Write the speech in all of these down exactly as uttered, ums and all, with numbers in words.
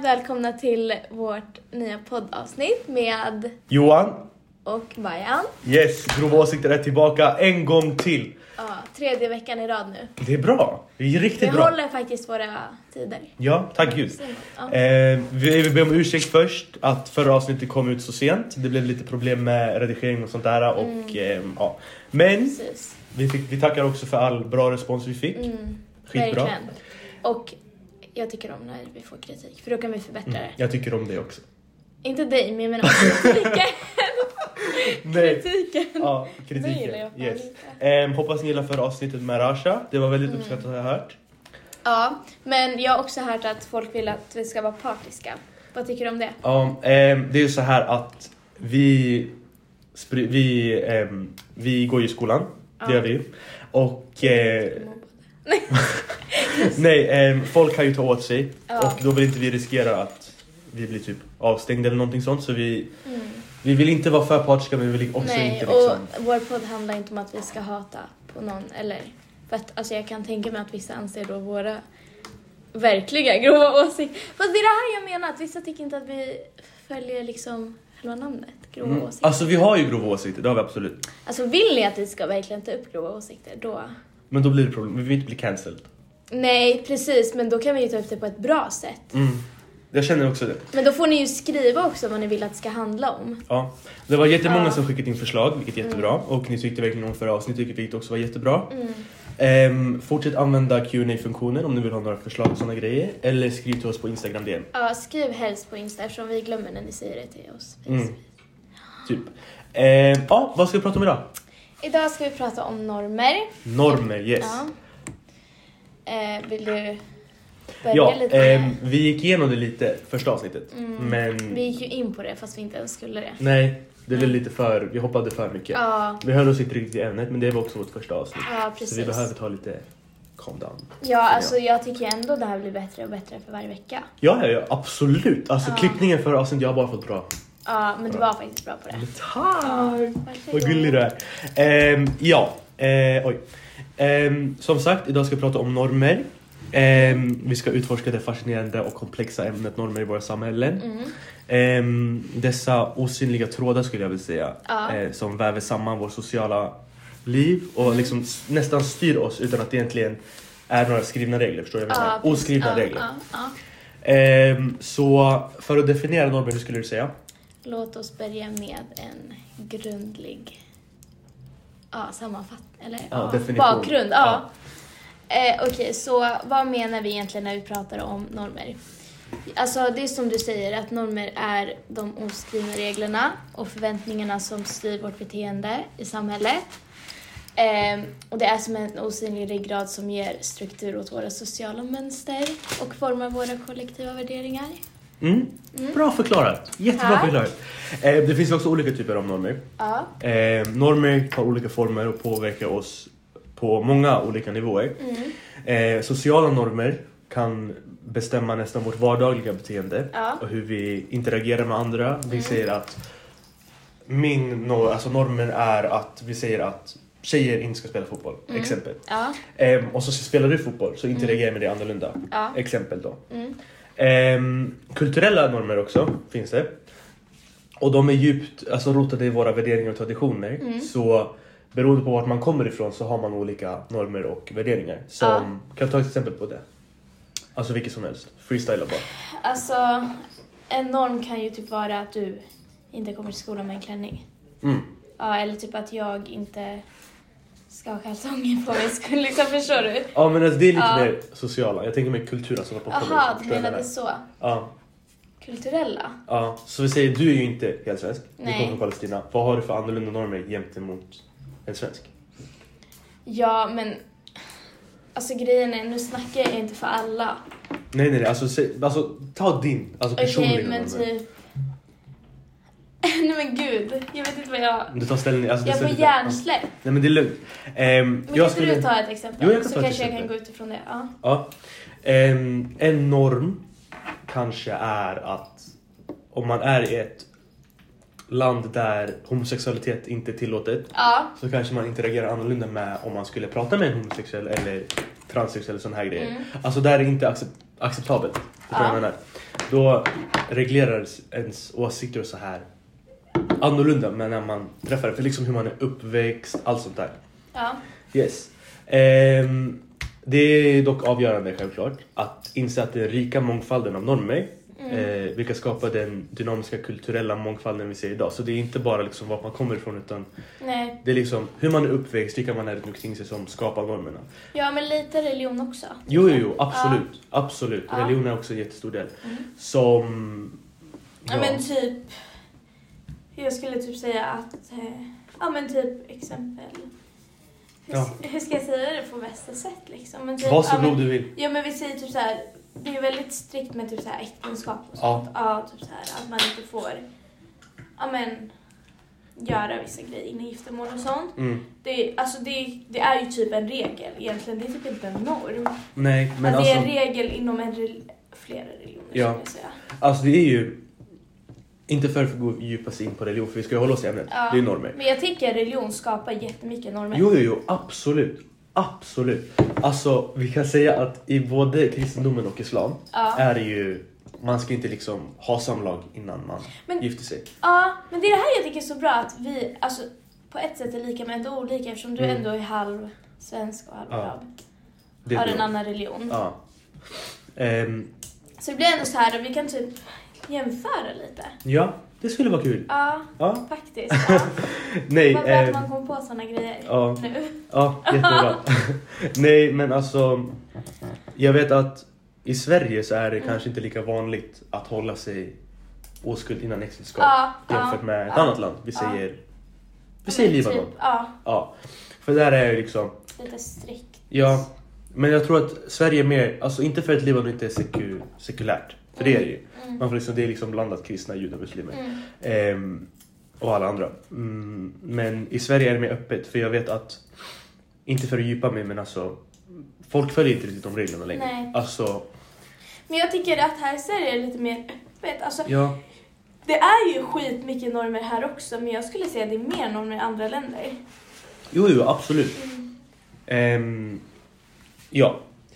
välkomna till vårt nya poddavsnitt med Johan och Majan. Yes, Grova Åsikter är tillbaka en gång till. Ja, tredje veckan i rad nu. Det är bra, det är riktigt vi bra. Vi håller faktiskt våra tider. Ja, tack Gud. Ja. Eh, vi vill be om ursäkt först att förra avsnittet kom ut så sent. Det blev lite problem med redigering och sånt där. Och, mm. eh, ja. Men vi, fick, vi tackar också för all bra respons vi fick. Mm. Skitbra. Verkligen. Och jag tycker om när vi får kritik, för då kan vi förbättra det. Mm. Jag tycker om det också. Inte dig, men jag menar också kritiken. Nej. Kritiken. Ja, kritiken. Yes. Eh, hoppas ni gillar förra avsnittet med Rasha. Det var väldigt mm. uppskattat att jag har hört. Ja, men jag har också hört att folk vill att vi ska vara partiska. Vad tycker du om det? Ja, eh, det är ju så här att vi vi, eh, vi går i skolan. Ja. Det gör vi. Och eh, nej, eh, folk kan ju ta åt sig. Ja. Och då vill inte vi riskera att vi blir typ avstängda eller någonting sånt. Så vi, mm. vi vill inte vara för partiska, men vi vill också nej, inte liksom... och vår podd handlar inte om att vi ska hata på någon. Eller, för att, alltså jag kan tänka mig att vissa anser då våra verkliga grova åsikter. Fast det är det här jag menar, att vissa tycker inte att vi följer liksom själva namnet, grova mm. åsikter. Alltså vi har ju grova åsikter, det har vi absolut. Alltså vill ni att vi ska verkligen ta upp grova åsikter, då... Men då blir det problem, vi vill inte bli cancelled. Nej, precis, men då kan vi ju ta upp det på ett bra sätt. Mm. Jag känner också det. Men då får ni ju skriva också vad ni vill att det ska handla om. Ja, det var jättemånga ja. som skickat in förslag, vilket är jättebra. Mm. Och ni tyckte verkligen om förra avsnittet, vilket också var jättebra. Mm. Um, fortsätt använda Q and A-funktionen om ni vill ha några förslag och sådana grejer. Eller skriv till oss på Instagram D M. Ja, skriv helst på Insta eftersom vi glömmer när ni säger det till oss. Mm. Typ. Um, ja, vad ska vi prata om idag? Idag ska vi prata om normer. Normer, yes. Ja. Uh, vill du... Ja, eh, vi gick igenom det lite första avsnittet. Mm. Men... Vi gick ju in på det fast vi inte ens skulle det. Nej, det blev lite för... Vi hoppade för mycket. Ja. Vi höll oss inte riktigt i ämnet, men det var också vårt första avsnitt. Ja, precis. Så vi behöver ta lite calm down. Ja, alltså jag tycker ändå det här blir bättre och bättre för varje vecka. Ja, ja, ja absolut. Alltså ja. Klippningen för avsnitt, jag har bara fått bra. Ja, men du var faktiskt bra på det. Tack! Ja, vad gullig du är. Um, ja, uh, oj. Um, som sagt, idag ska vi prata om normer. Um, vi ska utforska det fascinerande och komplexa ämnet normer i våra samhällen. Mm. Um, dessa osynliga trådar skulle jag vilja säga. Ja. uh, Som väver samman vårt sociala liv och mm. liksom nästan styr oss utan att det egentligen är några skrivna regler. Förstår jag vad jag menar? Oskrivna ja, regler. Ja, ja. Um, så för att definiera normer, hur skulle du säga? Låt oss börja med en grundlig ja, sammanfattning. Eller ja, ja, bakgrund. Ja. Ja. Eh, Okej, okay, så vad menar vi egentligen när vi pratar om normer? Alltså det är som du säger, att normer är de oskrivna reglerna och förväntningarna som styr vårt beteende i samhället. Eh, och det är som en osynlig ryggrad som ger struktur åt våra sociala mönster och formar våra kollektiva värderingar. Mm. Mm. Bra förklarat, jättebra förklarat. Eh, det finns också olika typer av normer. Ja. Eh, normer har olika former och påverkar oss på många olika nivåer. Mm. Eh, sociala normer kan bestämma nästan vårt vardagliga beteende. Ja. Och hur vi interagerar med andra. Vi mm. säger att min no- alltså normen är att vi säger att tjejer inte ska spela fotboll. Mm. Exempel. Ja. Eh, och så spelar du fotboll så interagerar mm. med det annorlunda. Ja. Exempel då. Mm. Eh, kulturella normer också finns det. Och de är djupt alltså, rotade i våra värderingar och traditioner. Mm. Så beroende på vart man kommer ifrån så har man olika normer och värderingar. Som, ja. Kan ta ett exempel på det? Alltså vilket som helst. Freestyla bara. Alltså, en norm kan ju typ vara att du inte kommer till skolan med en klänning. Mm. Ja, eller typ att jag inte ska ha kalsonger på mig. Skulle liksom, förstår du? Ja, men alltså, det är lite ja. mer sociala. Jag tänker mer kulturella som var på Jaha, du menade så? Ja. Kulturella? Ja, så vi säger du är ju inte helt svensk. Du kommer från Palestina. Vad har du för annorlunda normer gentemot en svensk? Ja, men alltså grejen är, nu snackar jag inte för alla. Nej, nej, nej. Alltså, se, alltså ta din. Alltså personligen. Okej, men typ... nej men gud, jag vet inte vad jag... Du tar ställning... Alltså, jag får hjärnsläpp. Nej, men det är lugnt. Um, men jag kan skulle... du ta ett exempel? Jo, jag kan så ta ett kanske exempel. Jag kan gå utifrån det. Ja. Ja. Um, en norm kanske är att om man är i ett land där homosexualitet inte är tillåtet, ja. Så kanske man interagerar annorlunda med om man skulle prata med en homosexuell eller transsexuell eller sån här grejer. Mm. Alltså där är det inte accept- acceptabelt. Förstår Ja. jag menar? Då regleras ens åsikter så här annorlunda men när man träffar, för liksom hur man är uppväxt, allt sånt där. Ja. Yes. Ehm, det är dock avgörande självklart att inse att den rika mångfalden av normer mm. eh, vilka skapar den dynamiska kulturella mångfalden vi ser idag. Så det är inte bara liksom var man kommer ifrån utan Nej. det är liksom hur man är uppväxt, vilka man är runt omkring sig som skapar normerna. Ja, men lite religion också. Jo, jo, jo absolut. Ja. Absolut. Ja. Religion är också en jättestor del. Mm. Som... Ja. ja, men typ... Jag skulle typ säga att... Eh, ja, men typ exempel... Hur, ja. hur ska jag säga det på bästa sätt liksom? Men typ, Vad så ja, god men, du vill. Ja, men vi säger typ så här... Det är väldigt strikt med typ så här äktenskap och sånt. Ja. ja, typ så här att man inte får... Ja, men... göra vissa grejer innan giftermål och sånt. Mm. Det, alltså det, det är ju typ en regel egentligen. Det är typ inte en norm. Nej, men alltså, alltså... det är en regel inom en rel- flera religioner, ja. skulle jag säga. Alltså det är ju... Inte för att gå djupast in på religion, för vi ska ju hålla oss i ämnet. Ja. Det är normer. Men jag tycker religion skapar jättemycket normer. Jo, jo, jo. Absolut. Absolut. Alltså, vi kan säga att i både kristendomen och islam ja. är det ju... Man ska inte liksom ha samlag innan man men, gifter sig. Ja, men det är det här jag tycker är så bra att vi alltså, på ett sätt är lika men inte olika eftersom du mm. ändå är halv svensk och halv ja. arab. Det har en annan religion. Ja. Um, så det blir ändå så här att vi kan typ jämföra lite. Ja, det skulle vara kul. Ja, ja. faktiskt. Ja. Nej, vad bra att eh, man kommer på såna grejer ja. nu. Ja, jättebra. Nej, men alltså jag vet att i Sverige så är det mm. kanske inte lika vanligt att hålla sig oskuld innan äktenskap ja, jämfört ja, med ett ja, annat land. Vi säger, ja. vi säger men Libanon. Typ, ja. ja. För där är det liksom... lite strikt. Ja, men jag tror att Sverige är mer... Alltså inte för att Libanon inte är seku, sekulärt. För mm. det är det ju. Mm. Man får liksom, det är liksom blandat kristna, judar och muslimer. Mm. Ehm, och alla andra. Mm, men i Sverige är det mer öppet. För jag vet att... Inte för att djupa mig, men alltså... Folk följer inte riktigt de reglerna längre. Nej. Alltså... Men jag tycker att här i Sverige är det lite mer öppet. Alltså, ja. Det är ju skit mycket normer här också. Men jag skulle säga att det är mer normer i andra länder. Jo, jo, absolut. Mm. Ehm, ja.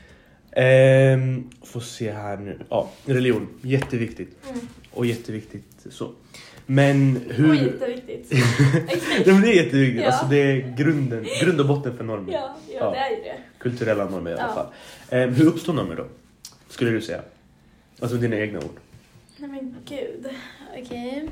Ehm, får se här nu. Ja, religion. Jätteviktigt. Mm. Och jätteviktigt så. Men hur... Och jätteviktigt. Nej, men det är jätteviktigt. Ja. Alltså det är grunden, grund och botten för normer. Ja, ja, ja. Det är ju det. Kulturella normer i alla ja. fall. Ehm, hur uppstår normer då? Skulle du säga? Alltså dina egna ord. Nej men gud. Okej. Okay.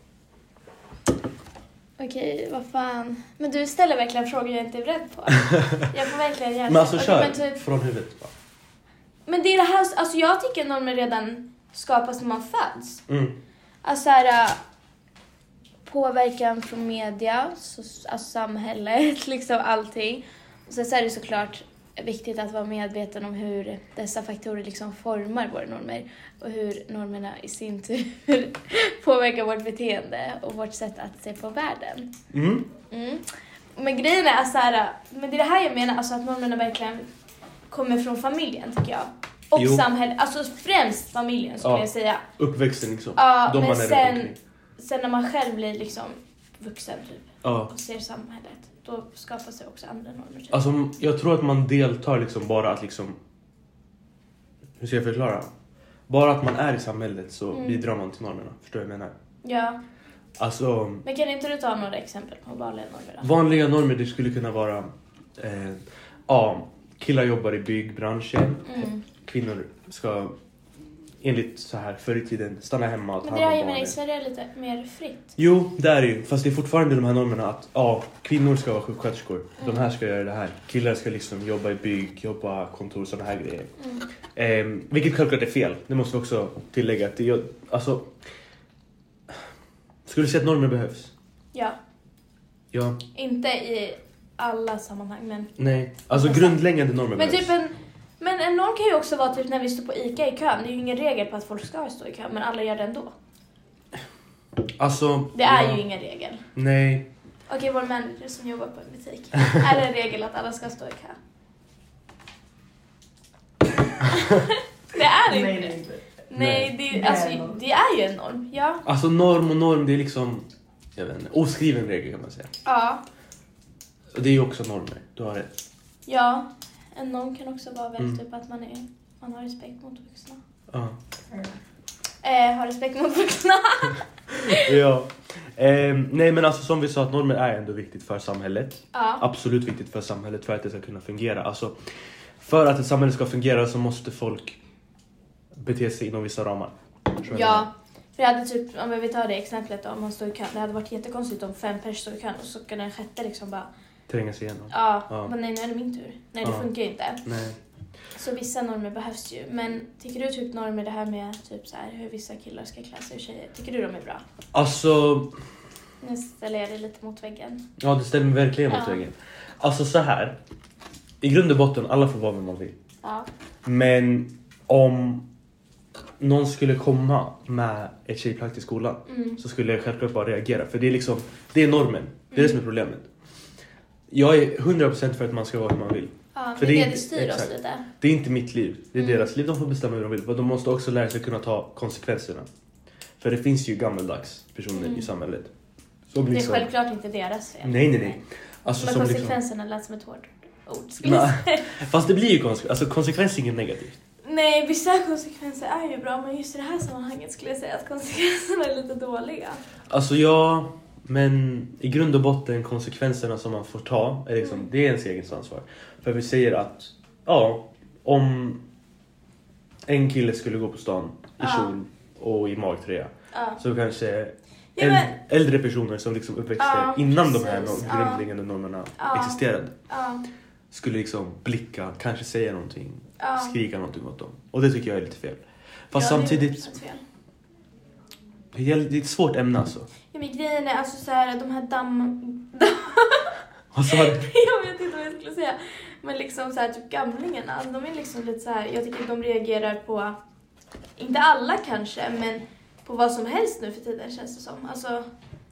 Okej, okay, vad fan. Men du ställer verkligen frågor jag inte är beredd på. Jag får verkligen gärna. Men alltså okay, kör men typ... från huvudet. Va? Men det är det här, alltså jag tycker normer redan skapas när man föds. Mm. Alltså här, påverkan från media, så, alltså samhället, liksom allting. Och sen så är det såklart viktigt att vara medveten om hur dessa faktorer liksom formar våra normer. Och hur normerna i sin tur påverkar vårt beteende och vårt sätt att se på världen. Mm. Mm. Men grejen är så här, men det är det här jag menar, alltså att normerna verkligen kommer från familjen tycker jag. Och jo. samhället, alltså främst familjen skulle ja. jag säga. Uppväxten liksom. Ja, De men sen, sen när man själv blir liksom vuxen typ ja. och ser samhället, då skapar sig också andra normer. Typ. Alltså jag tror att man deltar liksom bara att liksom, hur ska jag förklara? Bara att man är i samhället så mm. bidrar man till normerna, förstår du vad jag menar? Ja. Alltså, men kan inte du ta några exempel på vanliga normer då? Vanliga normer, det skulle kunna vara eh, ja, killar jobbar i byggbranschen. Mm. Kvinnor ska enligt så här förr i tiden stanna hemma och ta hand om barnen. Men det är ju i Sverige lite mer fritt. Jo, det är det ju. Fast det är fortfarande de här normerna att ja, kvinnor ska vara sjuksköterskor. Mm. De här ska göra det här. Killar ska liksom jobba i bygg, jobba kontor, sådana här grejer. Mm. Eh, vilket självklart är fel. Det måste vi också tillägga. Att det, alltså, skulle du säga att normer behövs? Ja. Ja. Inte i alla sammanhang, men... Nej, alltså alltså grundläggande normer men behövs. Typ en, men en norm kan ju också vara typ när vi står på ICA i kön. Det är ju ingen regel på att folk ska stå i kön, men alla gör det ändå. Alltså... Det är ja. ju ingen regel. Nej. Okej, okay, vår manager som jobbar på en butik. Är det en regel att alla ska stå i kö? Det är inte Nej, det. det är inte. Nej, det, alltså, det är ju en norm. Ja. Alltså norm och norm, det är liksom... Jag vet inte, oskriven regel kan man säga. Ja. Och det är ju också normer, du har rätt. Ja, en norm kan också vara väl mm. typ att man, är, man har respekt mot vuxna. Ja. Eh, ha respekt mot vuxna. Ja. Eh, nej men alltså som vi sa att normer är ändå viktigt för samhället. Ja. Absolut viktigt för samhället för att det ska kunna fungera. Alltså för att ett samhälle ska fungera så måste folk bete sig inom vissa ramar. Ja. För jag hade typ, om vi tar det exemplet då, om man står i kön. Det hade varit jättekonstigt om fem personer står i kön och så kan den sjätte liksom bara tränga sig igenom. Ja, ja. men nej, nu är det min tur. Nej, det ja. funkar ju inte. Nej. Så vissa normer behövs ju. Men tycker du typ normer det här med typ så här hur vissa killar ska klä sig och tjejer? Tycker du de är bra? Alltså... Nu ställer jag det lite mot väggen. Ja, det stämmer verkligen mot ja. väggen. Alltså så här. I grund och botten, alla får vara vad man vill. Ja. Men om någon skulle komma med ett tjejplagg till skolan mm. så skulle jag självklart bara reagera. För det är liksom, det är normen. Det är mm. det som är problemet. Jag är hundra procent för att man ska vara hur man vill. Ja, för det, det är det, det styr exakt, oss lite. Det är inte mitt liv. Det är mm. deras liv. De får bestämma hur de vill. Men de måste också lära sig kunna ta konsekvenserna. För det finns ju gammaldags personer mm. i samhället. Som det är liksom... självklart inte deras fel. Nej, nej, nej. Alltså, men som konsekvenserna liksom... lät som ett hårt ord. Skulle jag säga. Fast det blir ju konsekvenser. Alltså konsekvens är inget negativt. Nej, vissa konsekvenser är ju bra. Men just i det här sammanhanget skulle jag säga att konsekvenserna är lite dåliga. Alltså ja... Men i grund och botten konsekvenserna som man får ta är liksom, mm. det är ens eget ansvar. För vi säger att ja, om en kille skulle gå på stan i ja. kjol och i magtröja ja. så kanske ja, men... äldre personer som liksom uppväxte ja, innan precis. de här norm- grundläggande normerna ja. existerade ja. skulle liksom blicka, kanske säga någonting, ja. skrika någonting åt dem. Och det tycker jag är lite fel. Fast ja, samtidigt fel. Det är ett svårt ämne alltså. Ja, men grejen är alltså så här, de här damm... Vad sa du? Jag vet inte vad jag skulle säga. Men liksom så här, typ gamlingarna, alltså, de är liksom lite så här, jag tycker att de reagerar på, inte alla kanske, men på vad som helst nu för tiden känns det som. Alltså,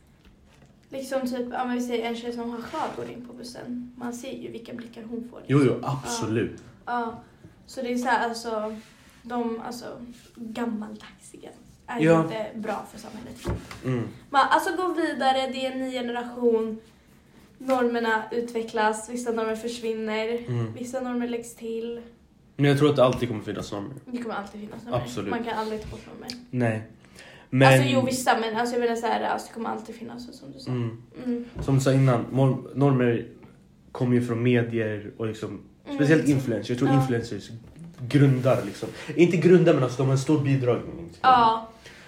liksom typ, ja men vi säger en tjej som har sjal går in på bussen. Man ser ju vilka blickar hon får. Liksom. Jo, jo, absolut. Ja, ja. Så det är så här, alltså, de, alltså, gammaldaxiga. Är ja. inte bra för samhället. Mm. Man, alltså gå vidare, det är en ny generation. Normerna utvecklas, vissa normer försvinner, mm. vissa normer läggs till. Men jag tror att det alltid kommer finnas normer. Det kommer alltid finnas normer. Absolut. Man kan aldrig ta bort normer. Nej. Men... Alltså jo vissa, men alltså, jag menar så här, alltså, det kommer alltid finnas som du sa. Mm. Mm. Som du sa innan, normer kommer ju från medier och liksom, speciellt mm. influencers. Jag tror ja. influencers grundar liksom. Inte grundar men alltså de har en stor bidragning. Ja.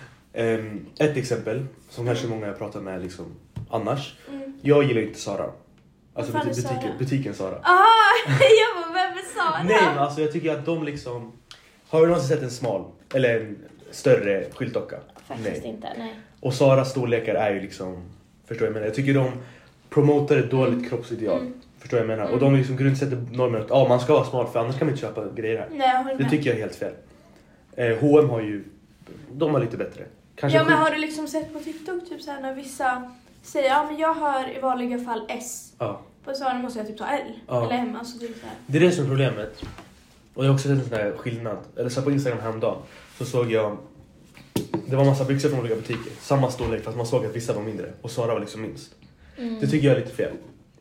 Um, ett exempel som kanske många jag pratar med liksom annars. Mm. Jag gillar inte Zara. Alltså butik, butiken, Zara? butiken Zara. Ah, jag var vem är Zara? Nej men alltså jag tycker att de liksom. Har du någonsin sett en smal eller en större skyltdocka? Faktiskt nej. inte, nej. Och Zaras storlekar är ju liksom, förstår jag menar. Jag tycker de promotar ett dåligt mm. kroppsideal. Mm. Förstår jag menar. Mm. Och de liksom grundsätter normen att ja, man ska vara smal för annars kan man inte köpa grejer här. Nej, det tycker jag är helt fel. Eh, H och M har ju, de har lite bättre. Kanske ja men har du liksom sett på TikTok typ så här när vissa säger ja men jag har i vanliga fall S. Ja. På Zara måste jag typ ta L. Ja. Eller M. Alltså typ så här. Det är det som är problemet. Och jag har också sett en sån här skillnad. Eller så på Instagram häromdagen så såg jag det var en massa byxor från olika butiker. Samma storlek fast man såg att vissa var mindre. Och Zara var liksom minst. Mm. Det tycker jag är lite fel.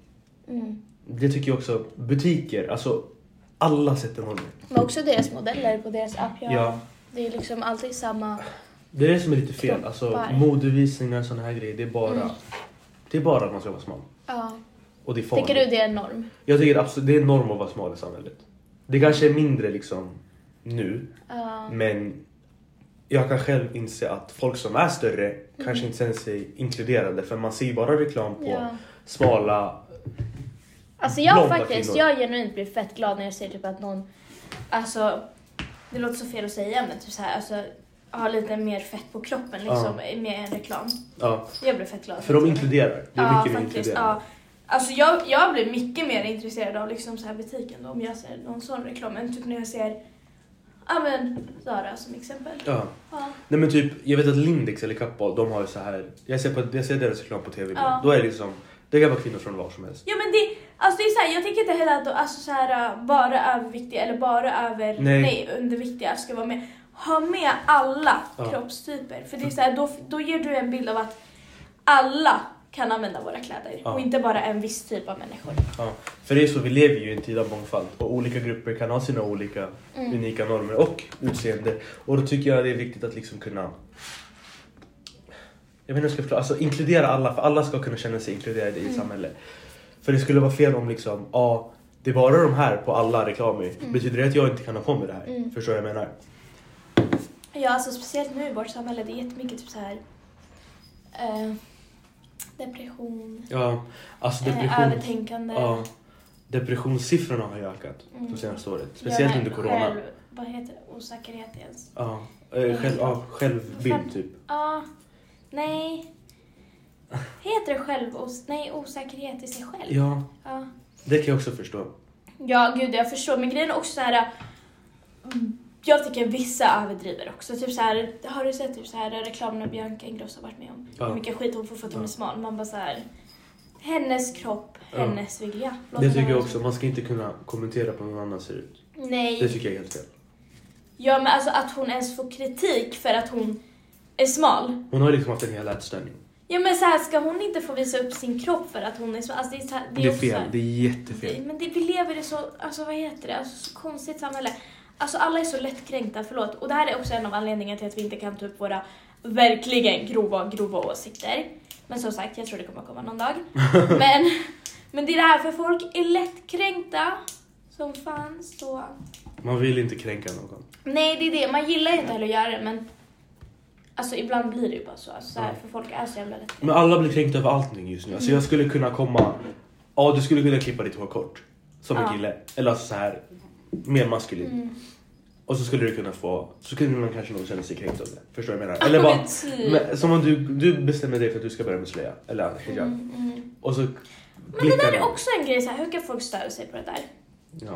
Mm. Det tycker jag också. Butiker, alltså alla sätter normer. Men också deras modeller på deras app. Ja. ja. Det är liksom alltid samma. Det är det som är lite fel. Alltså modevisningar och såna här grejer. Det är bara, mm. det är bara att man ska vara smal. Ja. Och det är farligt. Tycker du det är en norm? Jag tycker absolut det är en norm att vara smal i samhället. Det kanske är mindre liksom nu. Ja. Men jag kan själv inse att folk som är större mm. kanske inte känner sig inkluderade. För man ser bara reklam på ja. smala. Alltså jag faktiskt, jag genuint blir fett glad när jag ser typ att någon, alltså det låter så fel att säga men typ så här, alltså har lite mer fett på kroppen liksom ja. med en reklam. Ja. Jag blir fett glad. För de inkluderar. Det är ja, mycket faktiskt. Inkluderar. Ja. Alltså jag, jag blir mycket mer intresserad av liksom så här butiken då, om jag ser någon sån reklam än typ när jag ser ja men Zara som exempel. Ja. ja. Nej men typ jag vet att Lindex eller Kappahl de har ju så här. Jag ser på jag ser deras reklam på tv. Ja. Då är det liksom det kan vara kvinnor från var som helst. Ja men det alltså det är så här, jag tänker inte heller att alltså så här bara överviktiga eller bara över nej, nej underviktiga ska vara med. Ha med alla ja. kroppstyper för det är så här, då då ger du en bild av att alla kan använda våra kläder. Ja. Och inte bara en viss typ av människor. Ja, för det är så, vi lever ju i en tid av mångfald. Och olika grupper kan ha sina olika mm. unika normer och utseende. Och då tycker jag det är viktigt att liksom kunna... Jag vet inte, jag ska förklara, alltså inkludera alla, för alla ska kunna känna sig inkluderade i mm. samhället. För det skulle vara fel om liksom, ja, det är bara de här på alla reklamer. Mm. Betyder det att jag inte kan ha på mig det här? Mm. Förstår jag menar? Ja, alltså speciellt nu i vårt samhälle, det är jättemycket typ så här... Uh, depression. Ja, alltså depression. Uh, övertänkande. Ja, depressionssiffrorna har ju ökat mm. de senaste året. Speciellt ja, under corona. Själv, vad heter det? Osäkerhet ens. Ja, äh, själv, ja självbild typ. Ja, nej. Heter det själv, nej, osäkerhet i sig själv? Ja, ja, det kan jag också förstå. Ja, gud, jag förstår. Men grejen är också så här... Jag tycker vissa överdriver också. Typ så här, har du sett typ så här reklamen av Bianca Ingrosso har varit med om? Ja. Hur mycket skit hon får för att hon är smal. Man bara så här... Hennes kropp, ja. hennes vilja. Låt det tycker jag också. Man ska inte kunna kommentera på någon annan ser ut. Nej. Det tycker jag är helt fel. Ja, men alltså att hon ens får kritik för att hon är smal. Hon har liksom haft en hel ätstörning. Ja, men så här ska hon inte få visa upp sin kropp för att hon är så... Alltså det är, så här, det är, det är fel, här, det är jättefel. Det, men det, vi lever i så... Alltså vad heter det? Alltså så konstigt samhälle. Alltså alla är så lättkränkta, förlåt. Och det här är också en av anledningarna till att vi inte kan ta upp våra verkligen grova, grova åsikter. Men som sagt, jag tror det kommer komma någon dag. men, men det är det här, för folk är lättkränkta som fan så... Man vill inte kränka någon. Nej, det är det. Man gillar inte heller att göra det, men... Alltså ibland blir det ju bara så. Alltså, så här, för folk är så jävla lättkränkta. Men alla blir kränkta över allting just nu. Alltså mm. jag skulle kunna komma... Ja, du skulle kunna klippa ditt hår kort. Som en ja. kille. Eller alltså så här... Mer maskulin. Mm. Och så skulle du kunna få... Så kunde man kanske nog känna sig kränkt av det. Förstår du vad jag menar? Eller bara... Men, som om du, du bestämmer dig för att du ska börja med slöja. Eller hijab. Mm, mm. Och så... Men det där är också en grej så här. Hur kan folk störa sig på det där? Ja.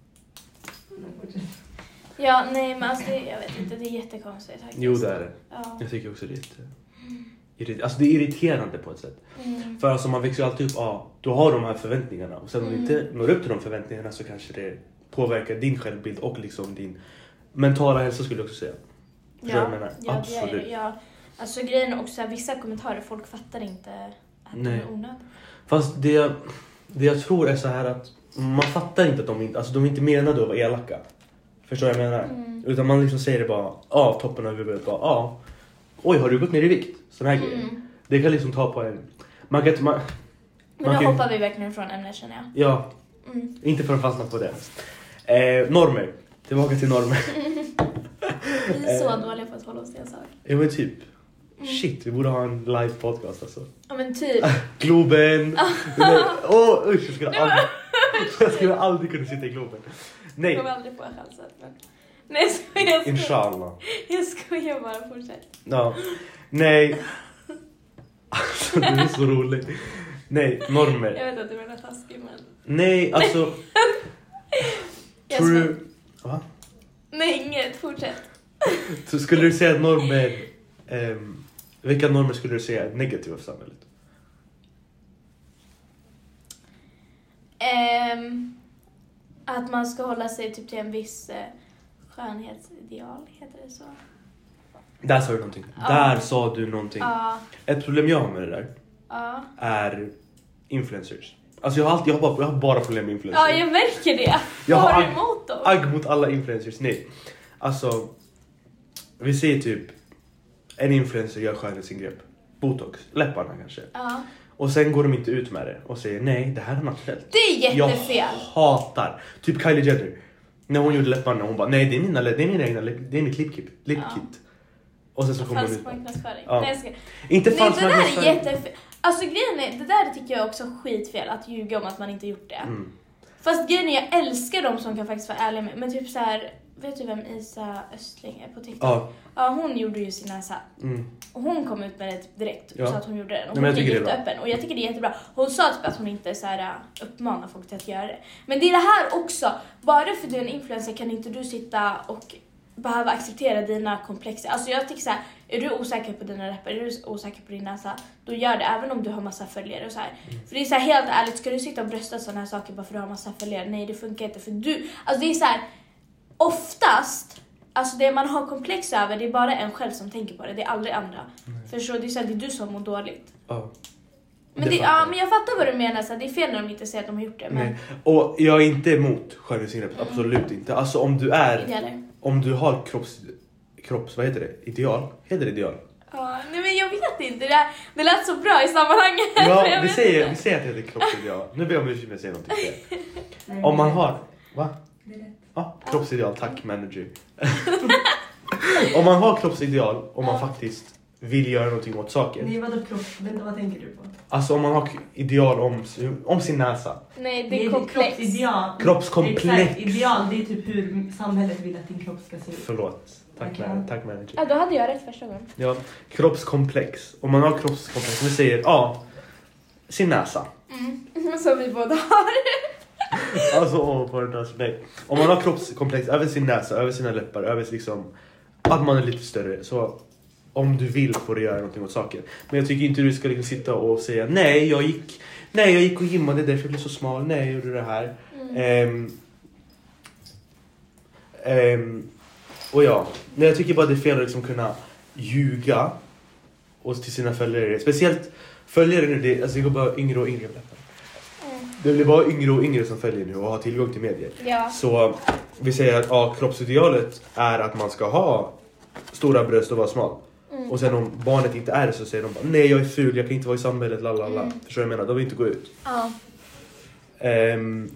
Ja, nej men alltså det, jag vet inte. Det är jättekonstigt. Faktiskt. Jo, det är det. Ja. Jag tycker också det är lite... Irrit- alltså det är irriterande på ett sätt. Mm. För alltså man växer ju alltid upp, ja, du har de här förväntningarna. Och sen om mm. du inte når upp till de förväntningarna så kanske det påverkar din självbild och liksom din mentala hälsa skulle jag också säga. Ja, jag menar? Ja, absolut. Det är, ja. Alltså grejen är också att vissa kommentarer, folk fattar inte att Nej. de är onödiga. Fast det, det jag tror är så här att man fattar inte att de inte, alltså de inte menade att vara elaka. Förstår jag menar? Mm. Utan man liksom säger det bara, ja, toppen av huvudet, bara, ja. Oj, har du gått ner i vikt? Sån här mm. grejer. Det kan liksom ta på en... Man kan, man, Men då kan... hoppar vi verkligen från ämnet, känner jag. Ja, mm. inte för att fastna på det. Eh, normer. Tillbaka till normer. Vi är så eh. dåliga på att hålla oss till en sak. Ja, men typ. Mm. Shit, vi borde ha en live podcast alltså. Ja, men typ. Globen. Åh, oh, usch, jag skulle aldrig... jag skulle aldrig kunna sitta i Globen. Nej. Jag kommer aldrig få en chans att... Men... Nej, så jag skojar. Inshallah. Jag skojar bara, fortsätt. Ja. Nej. Alltså, du är så rolig. Nej, normer. Jag vet att du menar taskig, men... Nej, alltså... tror du... Va? Nej, inget. Fortsätt. Så skulle du säga att normer... Um, vilka normer skulle du säga är negativa för samhället? Um, att man ska hålla sig typ till en viss... Uh, skönhetsideal, heter det så? Där sa du någonting. Ja. Där sa du någonting. Ja. Ett problem jag har med det där ja. är influencers. Alltså jag har, alltid, jag, har bara, jag har bara problem med influencers. Ja, jag märker det. Jag Vad har du emot dem? Agg mot alla influencers. Nej. Alltså, vi ser typ en influencer gör skönhetsingrepp. Botox, läpparna kanske. Ja. Och sen går de inte ut med det och säger nej, det här är naturligt. Det är jättefel. Jag hatar. Typ Kylie Jenner. När hon gjorde läpparna, hon bara, nej det är mina, det är mina egna, det är min lipkit. lipkit. Ja. Och sen så kommer hon ut. Marknadsföring. Ja. Nej, ska... Inte falsk marknadsföring. Det där är jättefel. Alltså grejen är, det där tycker jag också skitfel att ljuga om att man inte gjort det. Mm. Fast grejen är, jag älskar dem som kan faktiskt vara ärliga med. Men typ så här, vet du vem Isa Östling är på TikTok? Ja. Ja, hon gjorde ju sina så här. Mm. Och hon kom ut med det direkt och ja. sa att hon gjorde det. Och hon hon är jätteöppen. Och jag tycker det är jättebra. Hon sa typ att hon inte så här uppmanar folk till att göra det. Men det är det här också. Bara för att du är en influencer kan inte du sitta och behöva acceptera dina komplexer. Alltså jag tycker så här, är du osäker på dina läppar, är du osäker på din näsa, då gör det även om du har massa följare och så här. Mm. För det är så här, helt ärligt, ska du sitta och brösta sådana här saker bara för att du har massa följare? Nej, det funkar inte. För du, alltså det är så här, oftast, alltså det man har komplex över, det är bara en själv som tänker på det. Det är aldrig andra. Mm. För så det är så här, det är du som mår dåligt. Oh. Men, det, ja, men jag fattar vad du menar, så det är fel när de inte säger att de har gjort det. Men... Nej. Och jag är inte emot skönhetsingrepp, mm. absolut inte. Alltså om du är, Idealer. om du har kropps, kropps, vad heter det? Ideal? Heter det ideal? Ja, nej men jag vet inte, det, det lät så bra i sammanhanget. Ja, vi säger, vi säger att det heter kroppsideal. Nu ber jag om ursäkt om jag säger någonting. Om man har, va? Ja, kroppsideal, tack manager. Om man har kroppsideal, om man faktiskt vill göra någonting åt saker. Nej, vadå kropp? Vänta, vad tänker du på? Alltså om man har ideal om, om sin näsa. Nej, det är komplex. Kroppsideal. Kroppskomplex. Exakt, ideal, det är typ hur samhället vill att din kropp ska se ut. Förlåt. Tack, okay. man, tack manager. Ja, då hade jag rätt första gången. Ja, kroppskomplex. Om man har kroppskomplex, vi säger, ja, sin näsa. Mm, som vi båda har. Alltså, åh, på den nej. Om man har kroppskomplex över sin näsa, över sina läppar, över liksom, att man är lite större, så om du vill får du göra någonting åt saker. Men jag tycker inte du ska liksom sitta och säga, nej, jag gick, nej, jag gick och gymmade, därför jag blev så smal, nej, jag gjorde det här. Mm. Um, um, och ja, men jag tycker bara det är fel att liksom kunna ljuga och till sina följare. Speciellt följare nu, det, alltså det går bara yngre och yngre. Mm. Det blir bara yngre och yngre som följer nu och har tillgång till medier. Ja. Så vi säger att ja, kroppsidealet är att man ska ha stora bröst och vara smal. Mm. Och sen om barnet inte är det så säger de bara, nej jag är ful, jag kan inte vara i samhället, lalala. Mm. Förstår jag menar? De vill inte gå ut. Ja. Um,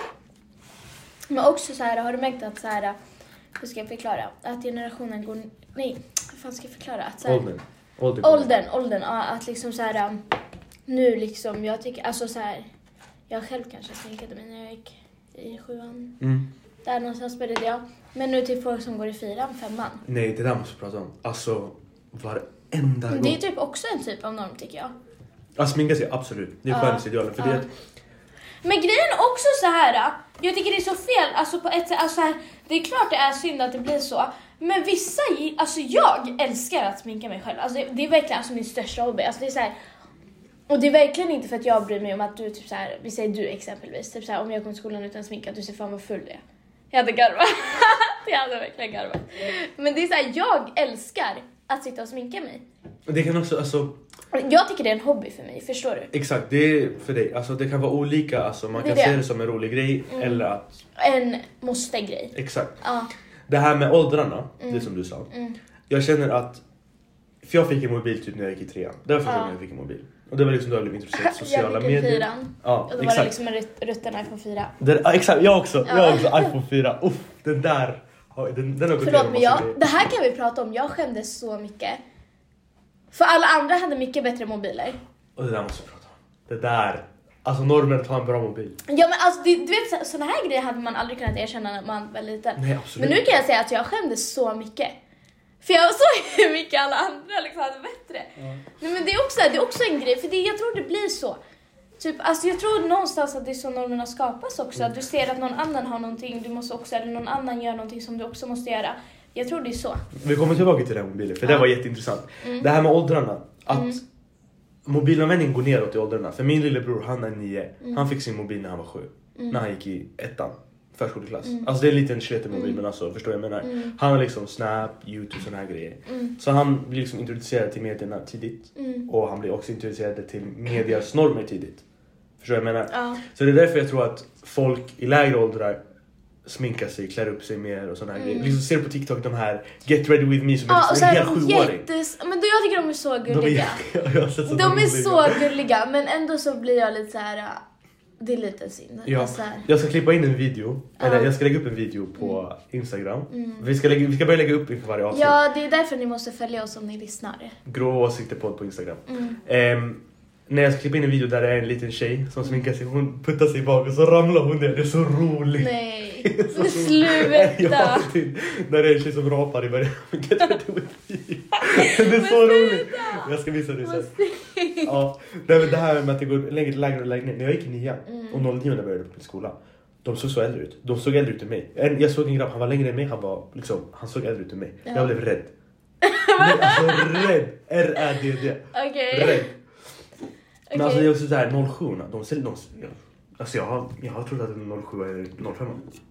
Men också så här, har du märkt att så här, hur ska jag förklara? Att generationen går, nej, hur fan ska jag förklara? Att så här, åldern. Åldern. Åldern, åldern, ja, att liksom så här, nu liksom, jag tycker, alltså så här, jag själv kanske sminkade mig när jag gick i sjuan. Mm. Där någonstans började jag. Men nu till folk som går i fyran, femman. Nej, det där måste vi prata om. Alltså, varenda gång. Det är typ också en typ av norm, tycker jag. Ja, sminka sig, absolut. Det är ja. skönhetsidealen. För ja. det. Men grejen är också så här, jag tycker det är så fel, alltså på ett sätt, alltså här, det är klart det är synd att det blir så. Men vissa, alltså jag älskar att sminka mig själv. Alltså det, det är verkligen alltså min största hobby. Alltså det är så här, och det är verkligen inte för att jag bryr mig om att du typ så här, vi säger du exempelvis, typ så här, om jag kommer till skolan utan sminka, du ser fan vad full det är. Jag hade garvat. Jag hade verkligen garvat. Men det är så här, jag älskar att sitta och sminka mig. Det kan också, alltså... Jag tycker det är en hobby för mig, förstår du? Exakt, det är för dig. Alltså det kan vara olika, alltså man kan det. se det som en rolig grej mm. eller att... En måste-grej. Exakt. Ja. Det här med åldrarna, mm. det som du sa. Mm. Jag känner att... För jag fick en mobil typ när jag gick i trean. Det var första gången jag fick en mobil. Och det var liksom då jag blev intresserad av sociala medier. Jag fick en fyran. Ja, och då exakt. Var det liksom en rutten iPhone fyra. Den, ja, exakt, jag också. Ja. Jag också, iPhone fyra. Uff, den där... Den, den har gått Förlåt, men jag, det här kan vi prata om. Jag skämdes så mycket. För alla andra hade mycket bättre mobiler. Och det där måste vi prata om. Det där... Alltså normen att ha en bra mobil. Ja, men alltså det, du vet, såna här grejer hade man aldrig kunnat erkänna när man var liten. Nej, absolut. Men nu kan jag säga att jag skämdes så mycket. För jag såg hur mycket alla andra liksom hade bättre. Ja. Nej, men det är, också, det är också en grej. För det, jag tror det blir så. Typ, alltså jag tror någonstans att det är så normerna skapas också. Mm. Att du ser att någon annan har någonting, du måste också, eller någon annan gör någonting som du också måste göra. Jag tror det är så. Vi kommer tillbaka till den mobilen, för ja. det var jätteintressant. Mm. Det här med åldrarna. Att mm. mobilanvändningen går neråt i åldrarna. För min lillebror, han är nio. Mm. Han fick sin mobil när han var sju. Mm. När han gick i ettan. Förskoleklass. Mm. Alltså det är en liten tjugoett-mobil, mm. men alltså förstår jag menar. Mm. Han har liksom Snap, YouTube, såna här grejer. Mm. Så han blir liksom introducerad till medierna tidigt. Mm. Och han blir också introducerad till medias normer tidigt. Förstår jag menar? Ja. Så det är därför jag tror att folk i lägre åldrar sminkar sig, klär upp sig mer och såna här mm. grejer. Liksom ser på TikTok de här Get Ready With Me som ja, är liksom en hel sjuåring. Jättes... Men då, jag tycker de är så gulliga. De är, jag har sett så de är så gulliga, men ändå så blir jag lite så här. Det är lite synd. Ja, alltså jag ska klippa in en video. Ja. Eller jag ska lägga upp en video på mm. Instagram. Mm. Vi, ska lägga, vi ska börja lägga upp inför varje avsnitt. Ja, det är därför ni måste följa oss om ni lyssnar. Grå åsikter podd på Instagram. Mm. Um, när jag ska klippa in en video där det är en liten tjej som sminkar sig. Hon puttar sig bak och så ramlar hon ner. Det är så roligt. Nej, så sluta. Ja, när det är en tjej som rapar i början. Det är så roligt. Jag ska visa dig sen. Ja, det här med att det går längre och lägre och lägre. När jag gick i nian mm. och noll nio när jag började på skolan. De såg så äldre ut. De såg äldre ut än mig. Jag såg en grabb, han var längre än mig. Han, var, liksom, han såg äldre ut än mig. Ja. Jag blev rädd. Men alltså rädd. R Ä D D. Okej. Rädd. Men okay. alltså det är också så här noll sju. De ser de, alltså jag har jag har trott att det är noll sju eller noll fem.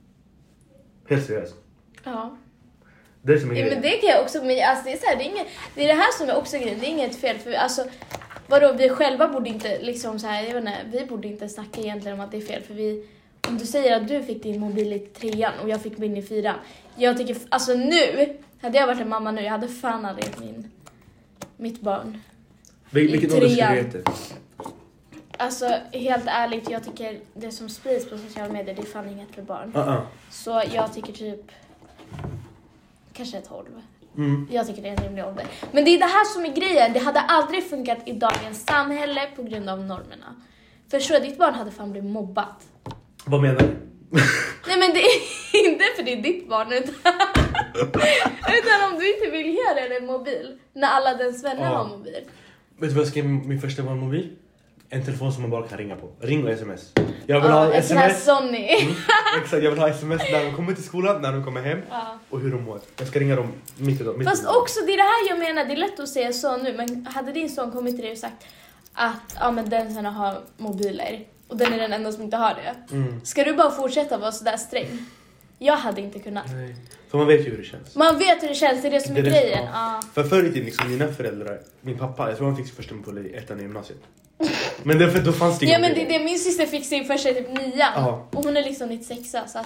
Helt seriöst. Ja. Det är som ja, men det kan jag också, men alltså det är så här, det är inget, det är det här som är också grejen. Det är inget fel för alltså vadå, vi själva borde inte liksom så här, jag vet inte, vi borde inte snacka egentligen om att det är fel, för vi, om du säger att du fick din mobil i trean och jag fick min i fyran, jag tycker, alltså nu, hade jag varit en mamma nu, jag hade fan aldrig gett min, mitt barn Vil- Vilken ålder skulle du heta? Alltså, helt ärligt, jag tycker det som sprids på sociala medier, det är fan inget för barn. Uh-uh. Så jag tycker typ, kanske tolv. Mm. Jag tycker det är en rimlig ålder. Men det är det här som är grejen. Det hade aldrig funkat i dagens samhälle på grund av normerna. För så ditt barn hade fan blivit mobbat. Vad menar du? Nej, men det är inte för det är ditt barn, utan, utan om du inte vill ge den en mobil när alla dens vänner Ja. har mobil. Vet du vad jag skrev min första barnmobil? En telefon som man bara kan ringa på. Ring och sms. Jag vill Ja, ha en sån här sms. Sonny. Mm, exakt, jag vill ha sms när de kommer till skolan, när de kommer hem. Ja. Och hur de mår. Jag ska ringa dem mitt i dagen. Fast också, det är det här jag menar, det är lätt att säga så nu, men hade din son kommit till dig och sagt att ja, men den sen har mobiler och den är den enda som inte har det. Mm. Ska du bara fortsätta vara så där sträng? Jag hade inte kunnat. Nej. För man vet ju hur det känns. Man vet hur det känns, det är det som är, Det är grejen. det- Ja. För förr i tiden, liksom, mina föräldrar, min pappa, jag tror han fick sin första mobil i ettan i gymnasiet. Men det, för då fanns det Ja, inga men det, mobiler. det min syster fick sin första typ nian. Ja. Och hon är liksom nittiosex, så att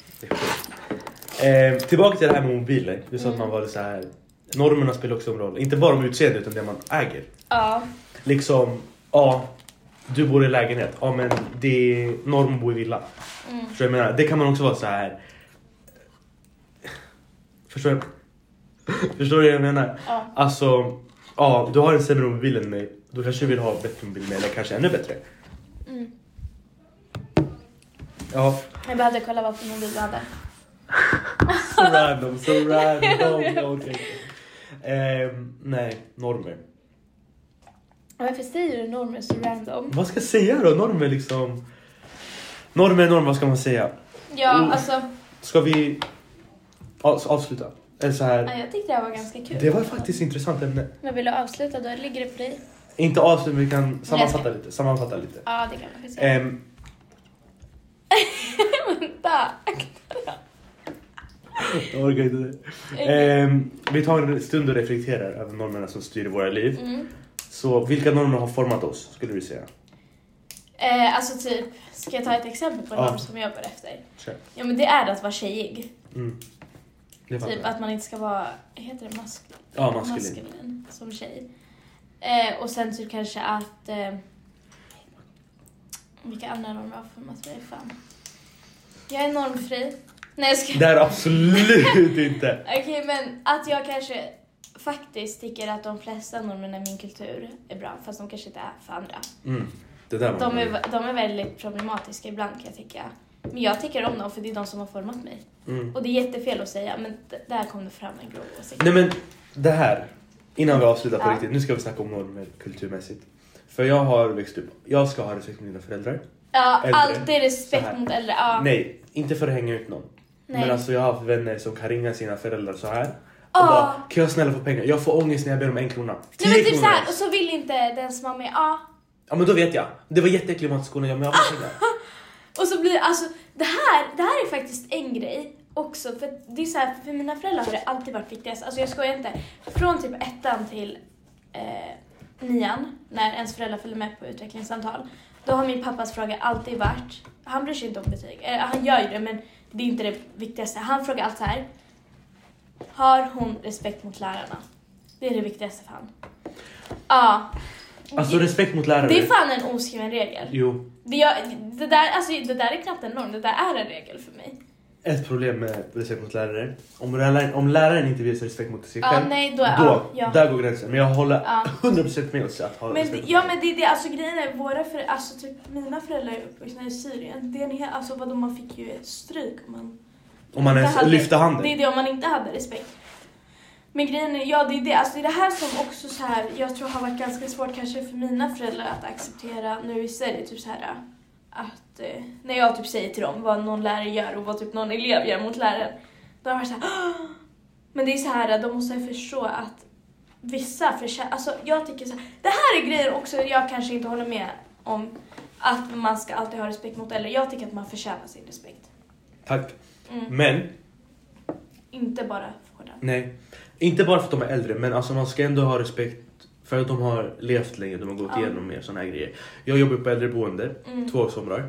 Eh, tillbaka till det här med mobiler. Du sa Mm. att man var så här. Normerna spelar också en roll. Inte bara om utseende utan det man äger. ja. Liksom, ja, du bor i lägenhet. Ja, men det är norm att bo i villa. Mm. Förstår jag menar? Det kan man också vara så här. Förstår du? Förstår du vad jag menar? Ja. Alltså, ja, du har en sämre mobil än mig. Du kanske vill ha bättre mobil med, eller kanske ännu bättre. Mm. Ja, Jag behövde kolla vad för mobil du hade. så random, så random. Okay. Ehm, nej, normer. Varför säger du normer så random? Vad ska jag säga då? Normer liksom. Normer, normer, vad ska man säga? Ja, Mm. alltså, Ska vi av- avsluta? Eller så här. ja, jag tyckte det här var ganska kul. Det var faktiskt intressant ämne. Men vill du avsluta då? Ligger det på dig? Inte avsluta, men vi kan jag sammanfatta ska- lite. Sammanfatta lite. Ja, det kan man väl säga. Ehm, Vänta. jag orkar inte det. Ehm, vi tar en stund och reflekterar över normerna som styr våra liv. Mm. Så vilka normer har format oss, skulle du säga? Eh, alltså typ, ska jag ta ett exempel på en Ja. norm som jag jobbar efter? Kör. Ja, men det är att vara tjejig. Mm. Det fattar Typ jag. att man inte ska vara, heter det mask Ja, maskulin. maskulin som tjej. Eh, och sen typ kanske att eh, vilka andra normer har format mig? Fan. Jag är normfri. Nej, jag ska... Det är absolut inte. Okej, men att jag kanske faktiskt tycker att de flesta normerna i min kultur är bra, fast de kanske inte är för andra. Mm. Det där var De är, de är väldigt problematiska ibland, kan jag tycka. Men jag tycker om dem för det är de som har format mig. Mm. Och det är jättefel att säga, men d- där kom det fram en grov åsikt. Nej, men det här, innan vi avslutar på Ja. riktigt, nu ska vi snacka om normer kulturmässigt. För jag har växt upp, jag ska ha respekt för mina föräldrar. Ja, äldre. alltid Så respekt här. mot äldre. Ja. Nej, inte för att hänga ut någon. Nej. Men alltså jag har haft vänner som kan ringa sina föräldrar så här. Och Ja. bara, kan jag snälla få pengar? Jag får ångest när jag ber om en krona. Nej, Tio men typ kronor så här, ens. och så vill inte den som har med, ja. Ja, men då vet jag. Det var jätteäckligt mat i skolan, ja, men jag har pengar. Och så blir alltså, det här, det här är faktiskt en grej också. För det är så här, för mina föräldrar har det alltid varit viktigast. Alltså jag skojar inte. Från typ ettan till eh, nian, när ens föräldrar följer med på utvecklingssamtal. Då har min pappas fråga alltid varit, han bryr sig inte om betyg. Eh, han gör ju det, men det är inte det viktigaste. Han frågar alltid så här, har hon respekt mot lärarna? Det är det viktigaste för han. Ja. Alltså respekt mot lärare. Det är fan en oskriven regel. Jo. Det, jag, det, där, alltså, det där är knappt en norm, det där är en regel för mig. Ett problem med respekt mot lärare. Om läraren, om läraren inte visar respekt mot sig Ja, själv, nej, då, då ja, ja. där går gränsen. Men jag håller Ja. hundra procent med oss att ha Men, respekt. ja, men det är det, alltså grejen är, våra för, alltså typ mina föräldrar är uppvuxna i Syrien. Det är en hel, alltså vadå, man fick ju ett stryk om man Om man inte ens hade- lyfter handen. Det är det om man inte hade respekt. Men grejen är, ja det är det, alltså det är det här som också så här, jag tror har varit ganska svårt kanske för mina föräldrar att acceptera nu i Sverige, typ så här att eh, när jag typ säger till dem vad någon lärare gör och vad typ någon elev gör mot läraren, då har de så här, "Åh!" Men det är så här, de måste förstå att vissa förtjänar, alltså jag tycker så här, det här är grejer också jag kanske inte håller med om, att man ska alltid ha respekt mot äldre. Jag tycker att man förtjänar sin respekt. Tack. Mm. Men, Inte bara för den. nej. Inte bara för att de är äldre, men alltså man ska ändå ha respekt För att de har levt länge, de har gått Ja. igenom mer såna här grejer. Jag jobbar på äldreboende, Mm. två somrar.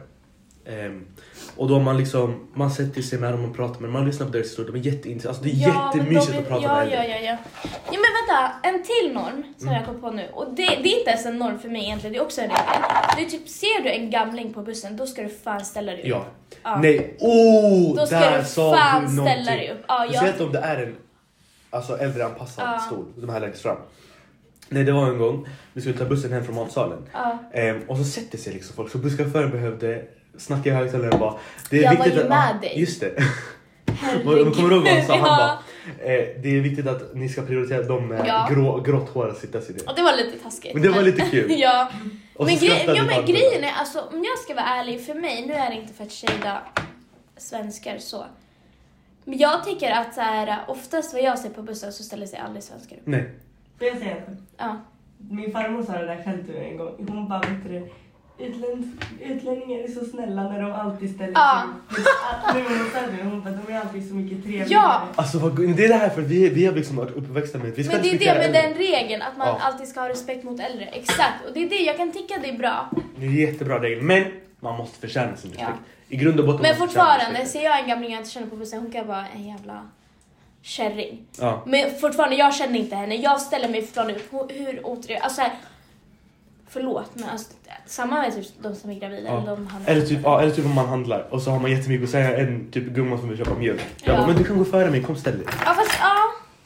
Um, och då man liksom, man sätter sig med dem och pratar med dem, man lyssnar på deras historia, de är jätteintressanta. Alltså det är Ja, men jättemysigt de är- att prata ja, med äldre. ja, ja, ja. Ja, men vänta, en till norm som Mm. jag kom på nu. Och det, det är inte ens en norm för mig egentligen, det är också en regel. Det är typ, ser du en gamling på bussen, då ska du fan ställa dig upp. Ja. Ja. Nej, oh, Då ska där du sa fan du ställa någonting. dig upp. Ja, jag, Speciellt om det är en alltså, äldreanpassad Ja. stol, de här längst fram. Nej, det var en gång, vi skulle ta bussen hem från matsalen. ja. Ehm, och så sätter sig liksom folk, så busschauffören behövde snacka i högtalaren och bara... Det är Jag viktigt var ju att, med ah, dig. Just det. Herregud. Och kommer du ihåg vad han sa? Han Ja. bara, eh, det är viktigt att ni ska prioritera de med Ja. grå, grått hår att sitta sig ner. Och det var lite taskigt. Men det var lite kul. Ja. Och Men, så grej, skrattade ja, vi men bara. grejen är, alltså, om jag ska vara ärlig, för mig, nu är det inte för att shada svenskar så. Men jag tycker att så här, oftast vad jag ser på bussen så ställer sig aldrig svenskar upp. Nej. Får jag säga det? Ja. Min farmor sa det där själv till mig en gång. Hon bara, vet du, utländ, utlänningar är så snälla när de alltid ställer Ja. sig. Nu hon sa det, hon bara, de är alltid så mycket trevligare. Ja. Alltså vad, det är det här för vi, vi har liksom varit uppväxta med. Vi ska Men det är det respektera med äldre. den regeln, att man Ja. alltid ska ha respekt mot äldre. Exakt, och det är det jag kan tycka det är bra. Det är en jättebra regel, men man måste förtjäna sin respekt. Ja. I grund och botten Men måste man förtjäna fortfarande, respekt. ser jag en gamling jag inte känner på bussen, hon kan vara en jävla kärring. Ja. Men fortfarande, jag känner inte henne. Jag ställer mig fortfarande upp. Hur- Hur otrevligt. Alltså, så här, förlåt, men alltså, samma med typ de som är gravida. Ja. Eller, de handlar. Eller typ, ja, eller typ om man handlar och så har man jättemycket att säga, en typ gumma som vill köpa mjölk. Jag Ja. bara, men du kan gå före mig, kom ställ dig. Ja, fast ja.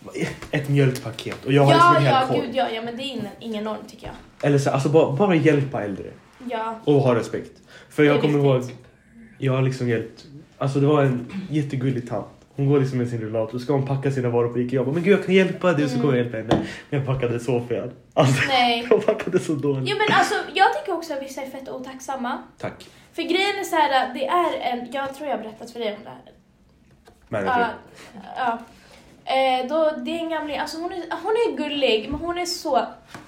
Ett mjölkpaket och jag har liksom Ja, en hel ja, korg. gud, ja, ja, men det är ingen, ingen norm tycker jag. Eller så, alltså bara, bara hjälpa äldre Ja, och ha respekt. För Det jag är kommer ihåg, viktigt. jag har liksom hjälpt, alltså det var en jättegullig tant. Hon går liksom med sin rullator, ska hon packa sina varor på Ikea. Jag bara, men gud jag kan hjälpa dig, och så Mm. kommer jag hjälpa henne. Men jag packade så fel. Alltså, nej. jag packade så dåligt. Jo, men alltså, jag tycker också att vissa är fett otacksamma. Tack. För grejen är så här, det är en, jag tror jag har berättat för dig om det här. Manager. Ja, ja. Eh, då, det är en gamling, alltså hon är, hon är gullig, men hon är så,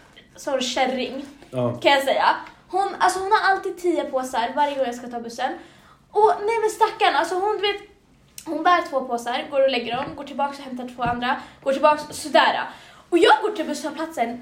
så kärring. Ja. Kan jag säga. Hon, alltså hon har alltid tio påsar varje gång jag ska ta bussen. Och nej men stackarn, alltså hon du vet, hon bär två påsar, går och lägger dem, går tillbaka och hämtar två andra, går tillbaka sådär. Och jag går till busshållplatsen,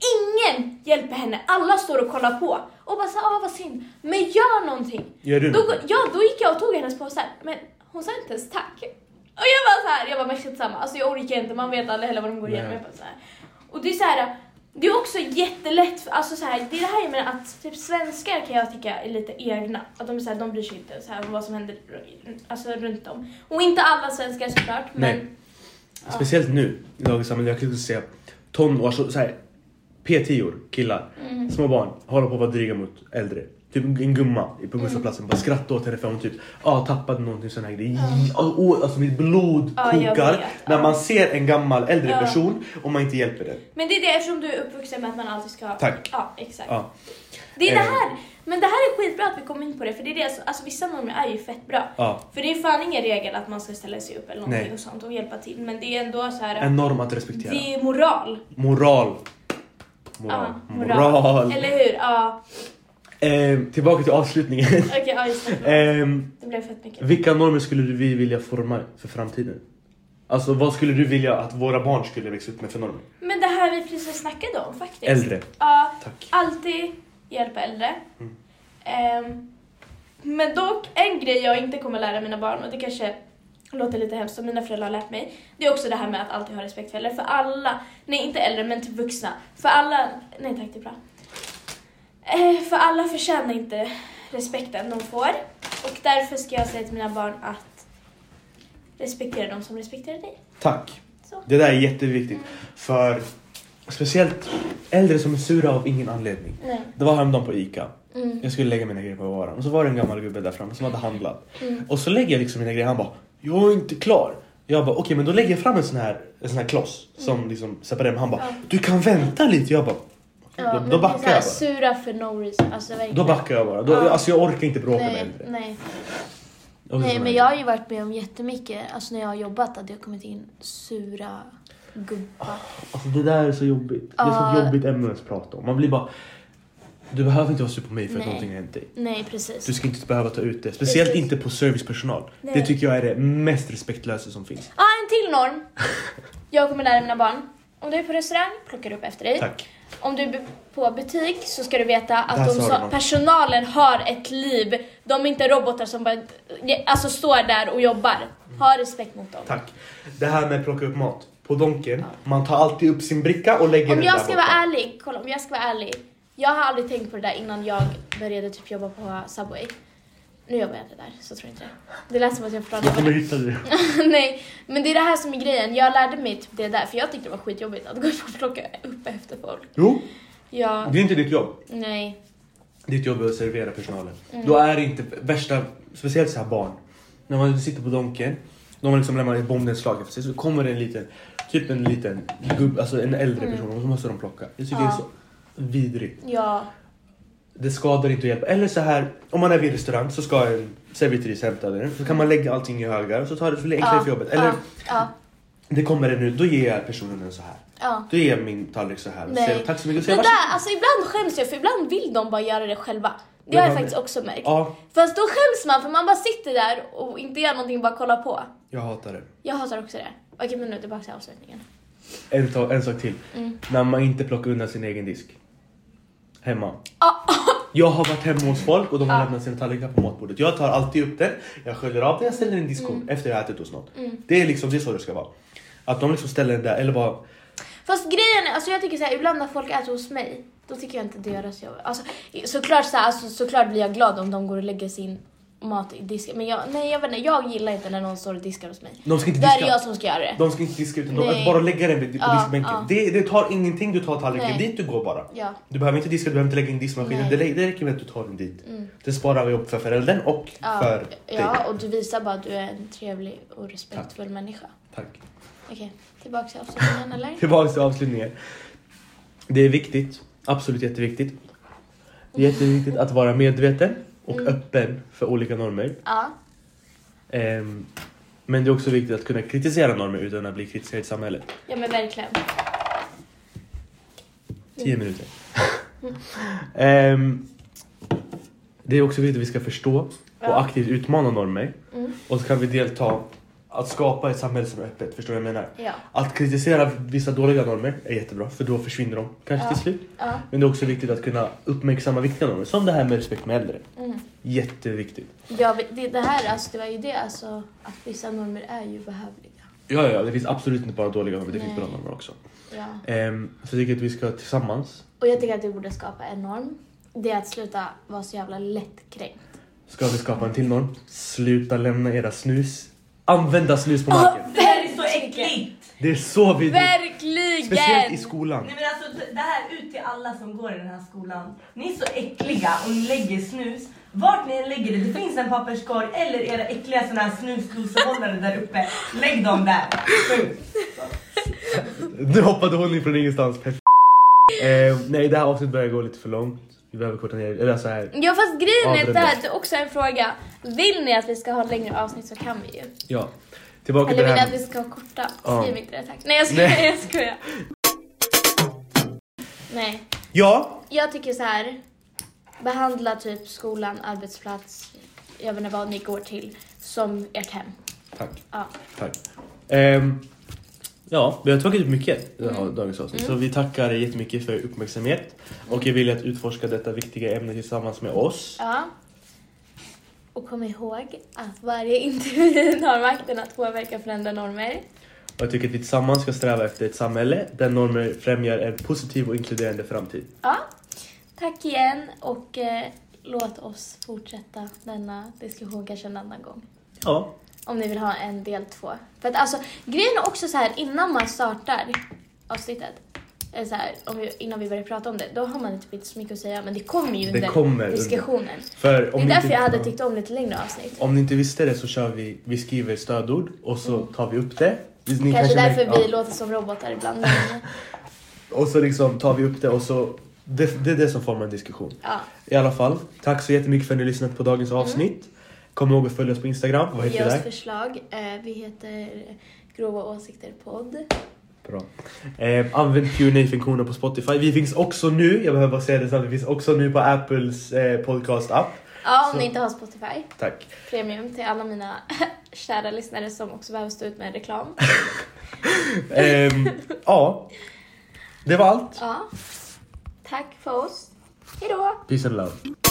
ingen hjälper henne, alla står och kollar på. Och bara så, ah vad synd, men gör någonting. Gör du Då, något? går- ja, då gick jag och tog hennes påsar, men hon sa inte ens tack. Och jag var så här, jag var mäktigt samma. Alltså jag orkar inte, man vet aldrig heller vad de går igenom. Nej. Jag bara så här. Och det är så här, det är också jättelätt, för, alltså så här, det är det här jag menar att typ svenskar kan jag tycka är lite egna. Att de är så här, de bryr sig inte så här om vad som händer alltså runt om. Och inte alla svenskar såklart, men Nej. Speciellt nu i dagens samhälle, jag kan se tonårs, så här, P tio killar, Mm. små barn, håller på att vara dryga mot äldre. Typ en gumma på busshållplatsen, bara skratta åt henne för hon typ, ah, tappade någonting sån här grej. Oh, oh, alltså mitt blod Ja, jag kokar vet, när ja. man ser en gammal äldre Ja. person och man inte hjälper den. Men det är det eftersom du är uppvuxen med att man alltid ska... Tack. Ja, exakt. Ja. Det är det Eh. här. Men det här är skitbra att vi kom in på det, för det är det, alltså, alltså vissa normer är ju fett bra. Ja. För det är fan ingen regel att man ska ställa sig upp eller någonting Nej. och sånt och hjälpa till. Men det är ändå så här. En norm att respektera. Det är moral. Moral. Moral. Ja, moral. Eller hur? Ja. Eh, tillbaka till avslutningen. Okej, ja just det. eh, Det blev fett mycket. vilka normer skulle du vi vilja forma för framtiden? Alltså vad skulle du vilja att våra barn skulle växa upp med för normer? Men det här vi precis snackade om faktiskt. Äldre. Ja, Tack. alltid hjälpa äldre. Mm. Ehm, men dock, en grej jag inte kommer lära mina barn, och det kanske låter lite hemskt som mina föräldrar har lärt mig, det är också det här med att alltid ha respekt för äldre. För alla, nej inte äldre men till vuxna. För alla, nej tack det är bra. Eh, för alla förtjänar inte respekten de får. Och därför ska jag säga till mina barn att respektera dem som respekterar dig. Tack. Så. Det där är jätteviktigt. För speciellt äldre som är sura av ingen anledning. Nej. Det var häromdagen på Ica. Mm. Jag skulle lägga mina grejer på varan. Och så var det en gammal gubbe där framme som hade handlat. Mm. Och så lägger jag liksom mina grejer. Han bara, jag är inte klar. Jag bara, okej okay, men då lägger jag fram en sån här, en sån här kloss. Som liksom separerar mig. Han bara, Ja. du kan vänta lite. Jag bara, Ja, då, men då det är backar så här jag bara. sura för no reason. Alltså, verkligen. Då backar jag bara. Då, Ja. Alltså jag orkar inte bråka med Nej, äldre. nej. Och så Nej, sån men här- jag har ju varit med om jättemycket, alltså när jag har jobbat, att det har kommit in sura gubbar. Alltså det där är så jobbigt. Det är Ja. så jobbigt ämne att prata om. Man blir bara, du behöver inte vara sur på mig för att Nej. någonting har hänt dig. Nej, precis. Du ska inte behöva ta ut det. Speciellt Precis. inte på servicepersonal. Nej. Det tycker jag är det mest respektlösa som finns. Ja, ah, en till norm. Jag kommer lära mina barn. Om du är på restaurang, plockar du upp efter dig. Tack. Om du är på butik så ska du veta att Där de sa så, de. personalen har ett liv. De är inte robotar som bara alltså, står där och jobbar. Ha respekt mot dem. Tack. Det här med att plocka upp mat. På Donken, man tar alltid upp sin bricka och lägger Om den jag där ska borta. vara ärlig, kolla om jag ska vara ärlig. Jag har aldrig tänkt på det där innan jag började typ jobba på Subway. Nu jobbar jag inte där, så tror jag inte det. Det lät som att jag Jag kommer pratade. hitta det. Nej, men det är det här som är grejen. Jag lärde mig typ det där, för jag tyckte det var skitjobbigt att gå och plocka upp efter folk. Jo, Ja, det är inte ditt jobb. nej. Ditt jobb är att servera personalen. Mm. Då är det inte värsta, speciellt så här barn. När man sitter på Donken, de har liksom lämnat ett bombnedslag efter sig, så kommer det en liten, typ en liten gubb, alltså en äldre person, och så måste de plocka. Jag tycker Ja. det är så vidrigt. Ja, Det skadar inte att hjälpa. Eller så här, om man är vid restaurang så ska en servitris hämta den. Så kan man lägga allting i högar och så tar det för enklare ja, för jobbet. Eller ja, ja, det kommer det nu, då ger jag personen den så här. ja. Då ger jag min tallrik så här. Och Nej. säger tack så mycket. Och Det säger, där, alltså ibland skäms jag, för ibland vill de bara göra det själva. Det Ja, har jag men- faktiskt också märkt. Ja, Fast då skäms man för man bara sitter där och inte gör någonting, bara kollar på. jag hatar det. Jag hatar också det. Okej, men nu tillbaka till avslutningen. En, ta- en sak till. Mm. När man inte plockar undan sin egen disk. Hemma. Ah, Jag har varit hemma hos folk och de har Ja. lämnat sina tallrikar på matbordet. Jag tar alltid upp den, jag sköljer av den, jag ställer den i diskon Mm. efter jag har ätit hos någon. Det är liksom det är så det ska vara. Att de liksom ställer den där, eller bara... Fast grejen är, alltså jag tycker så här, ibland när folk äter hos mig, då tycker jag inte deras jobb. Alltså såklart så här, alltså, såklart blir jag glad om de går och lägger sin mat i disken. Men jag, nej, jag vet inte, jag gillar inte när någon står och diskar hos mig. De ska inte Där är diska. jag som ska göra det. De ska inte diska utan de, Nej. att bara lägga den på Ja, diskbänken. ja. Det, det tar ingenting, du tar tallriken Nej. dit, du går bara. Ja. Du behöver inte diska, du behöver inte lägga in diskmaskinen. Nej. Det, det räcker med att du tar den dit. Mm. Det sparar jobb för föräldern och Ja, för dig. ja, och du visar bara att du är en trevlig och respektfull människa. Tack. Okej, tillbaka till avslutningen eller? Tillbaka till avslutningen. Det är viktigt, absolut jätteviktigt. Det är jätteviktigt att vara medveten och Mm. öppen för olika normer. Ja. Ehm, men det är också viktigt att kunna kritisera normer utan att bli kritiserad i samhället. Ja men verkligen. Tio minuter. Ehm, det är också viktigt att vi ska förstå och Ja. aktivt utmana normer. Mm. Och så kan vi delta att skapa ett samhälle som är öppet. Förstår du vad jag menar? Ja. Att kritisera vissa dåliga normer är jättebra, för då försvinner de kanske Ja. till slut. Ja. Men det är också viktigt att kunna uppmärksamma viktiga normer, som det här med respekt med äldre. Mm. Jätteviktigt. Ja, det, det här alltså, det var ju det alltså, att vissa normer är ju behövliga. Ja, ja, det finns absolut inte bara dåliga normer, det Nej. finns bra normer också. Ja. Ehm, så jag tycker att vi ska tillsammans, Och jag tycker att vi borde skapa en norm. Det är att sluta vara så jävla lättkränkt. ska vi skapa en till norm. Sluta lämna era snus. Använda snus på marken. Det här är så äckligt! Det är så vidrigt. Verkligen! Speciellt i skolan. Nej men alltså det här ut till alla som går i den här skolan. Ni är så äckliga och ni lägger snus. Vart ni än lägger det, det finns en papperskorg eller era äckliga såna här snusdosehållare där uppe. Lägg dem där. Punkt. Nu hoppade hon in från ingenstans. Perfekt. Eh, nej, det här avsnittet börjar gå lite för långt. Vi behöver korta ner, eller så här. Ja fast grejen är Avrunda. det här, det är också en fråga. Vill ni att vi ska ha längre avsnitt så kan vi ju. Ja. Tillbaka Eller till vill det ni att här. vi ska ha korta? Ja. Skriv inte det tack. Nej jag skojar, Nej. jag skojar. Nej. Ja. Jag tycker så här. Behandla typ skolan, arbetsplats, jag vet inte vad ni går till, som ert hem. Tack. Ja. Tack. Ehm, ja, vi har tagit upp mycket i det här Mm. dagens avsnitt. Mm. Så vi tackar er jättemycket för uppmärksamhet. Och jag vill att utforska detta viktiga ämne tillsammans med oss. Ja. Och kom ihåg att varje individ har makten att påverka och förändra normer. Och jag tycker att vi tillsammans ska sträva efter ett samhälle där normer främjar en positiv och inkluderande framtid. Ja. Tack igen och eh, låt oss fortsätta denna diskussion kanske en annan gång. Ja. Om ni vill ha en del två. För att alltså, grejen är också så här, innan man startar avsnittet, eller så här, om vi, innan vi börjar prata om det, då har man inte typ så mycket att säga, men det kommer ju Det under kommer diskussionen. För Det om är ni därför inte, jag hade tyckt om lite längre avsnitt. om ni inte visste det så kör vi, vi skriver stödord och så tar vi upp det. Ni Kanske därför märker- vi ja. låter som robotar ibland. Men, Och så liksom tar vi upp det och så, det, det är det som formar en diskussion. ja, I alla fall, tack så jättemycket för att ni har lyssnat på dagens avsnitt. Kom ihåg att följa oss på Instagram. Vad heter ge det oss där? förslag. Eh, vi heter Grova Åsikter podd. Bra. Eh, använd Q and A-funktionen på Spotify. Vi finns också nu, jag behöver bara säga det snabbt, vi finns också nu på Apples eh, podcast-app. Ja, om Så- ni inte har Spotify. Tack. Premium till alla mina kära lyssnare som också behöver stå ut med reklam. Ehm, ja, det var allt. Ja. Tack för oss. Hej då! Peace and love.